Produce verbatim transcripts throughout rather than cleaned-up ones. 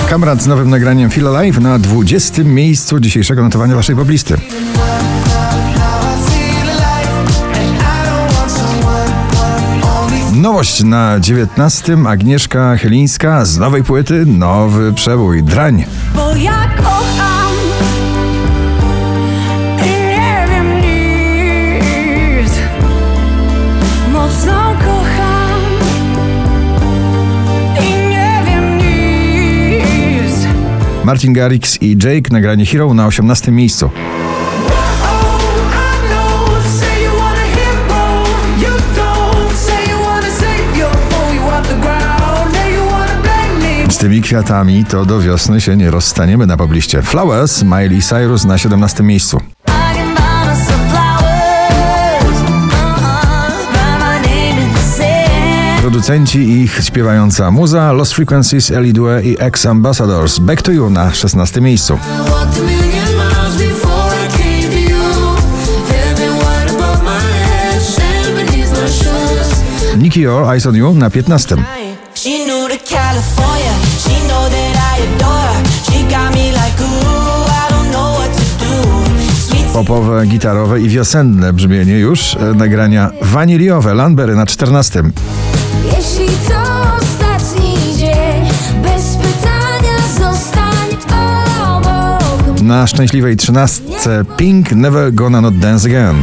Kamrat z nowym nagraniem Feel Alive na dwudziestym miejscu dzisiejszego notowania waszej poblisty. Nowość na dziewiętnastym. Agnieszka Chylińska z nowej płyty, nowy przebój Drań. Bo ja kocham i nie wiem nic, mocno kocham i nie wiem nic. Martin Garrix i Jake, nagranie Hero na osiemnastym miejscu. Z tymi kwiatami to do wiosny się nie rozstaniemy na pobliście. Flowers, Miley Cyrus na siedemnastym miejscu. Producenci i ich śpiewająca muza, Lost Frequencies, Ellie Due i Ex Ambassadors. Back to You na szesnastym miejscu. Nicky Your, Eyes on You na piętnastym. Popowe, gitarowe i wiosenne brzmienie już nagrania waniliowe Lanbery na czternastym. Jeśli to ostatni dzień, bez pytania zostań obok. Na szczęśliwej trzynastce Pink, Never Gonna Not Dance Again.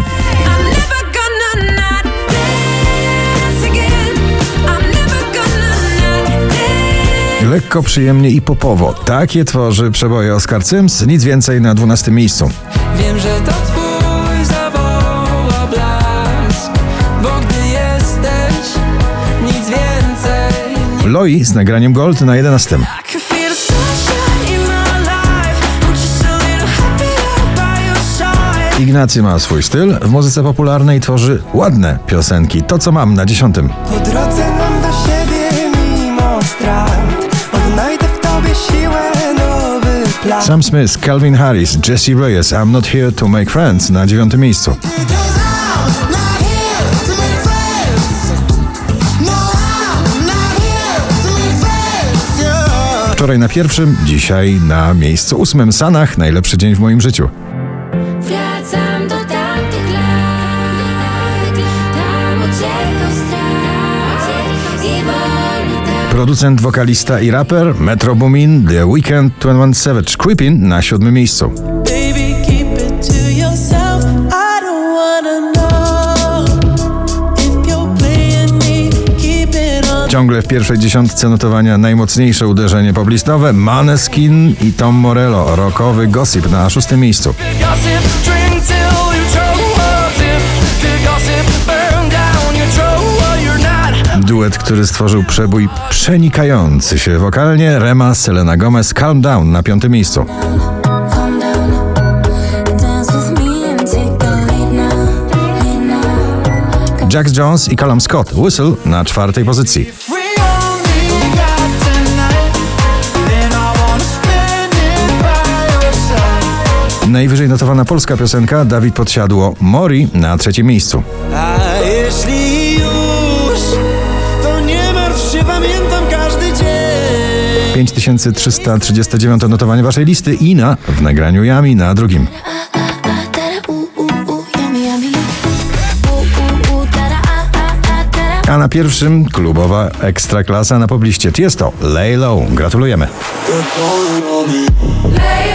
Lekko, przyjemnie i popowo. Takie tworzy przeboje Oscar Sims. Nic więcej na dwunastym miejscu. Wiem, że to twój zawoła blask, bo gdy jesteś, nic więcej. Loi z nagraniem Gold na jedenastym. Ignacy ma swój styl. W muzyce popularnej tworzy ładne piosenki. To, co mam na dziesiątym. Po drodze mam do siebie mimo strat. Odnajdę w tobie siłę, nowy plan. Sam Smith, Calvin Harris, Jessie Reyes, I'm Not Here to Make Friends na dziewiątym miejscu. Wczoraj na pierwszym, dzisiaj na miejscu ósmym. Sanach, najlepszy dzień w moim życiu. Wracam do tamtych lat, tam uciekał strach i wolno tak. Producent, wokalista i raper Metro Boomin, The Weeknd, dwadzieścia jeden Savage, Creepin na siódmym miejscu. Baby, keep it to yourself. I don't wanna know if you're playing me. Keep it on. Ciągle w pierwszej dziesiątce notowania najmocniejsze uderzenie poblistowe Maneskin i Tom Morello, rockowy Gossip na szóstym miejscu. Duet, który stworzył przebój przenikający się wokalnie, Rema, Selena Gomez, Calm Down na piątym miejscu. Calm down, dance with me and take the lead now, lead now. Jax Jones i Callum Scott, Whistle na czwartej pozycji. Najwyżej notowana polska piosenka Dawid Podsiadło, Mori na trzecim miejscu. A jeśli już, to nie martw się, pamiętam każdy dzień. pięć tysięcy trzysta trzydzieści dziewięć notowanie waszej listy. Ina w nagraniu Yummy na drugim. A na pierwszym klubowa ekstraklasa na pobliście. Tiesto, Lay Low. Gratulujemy. Lay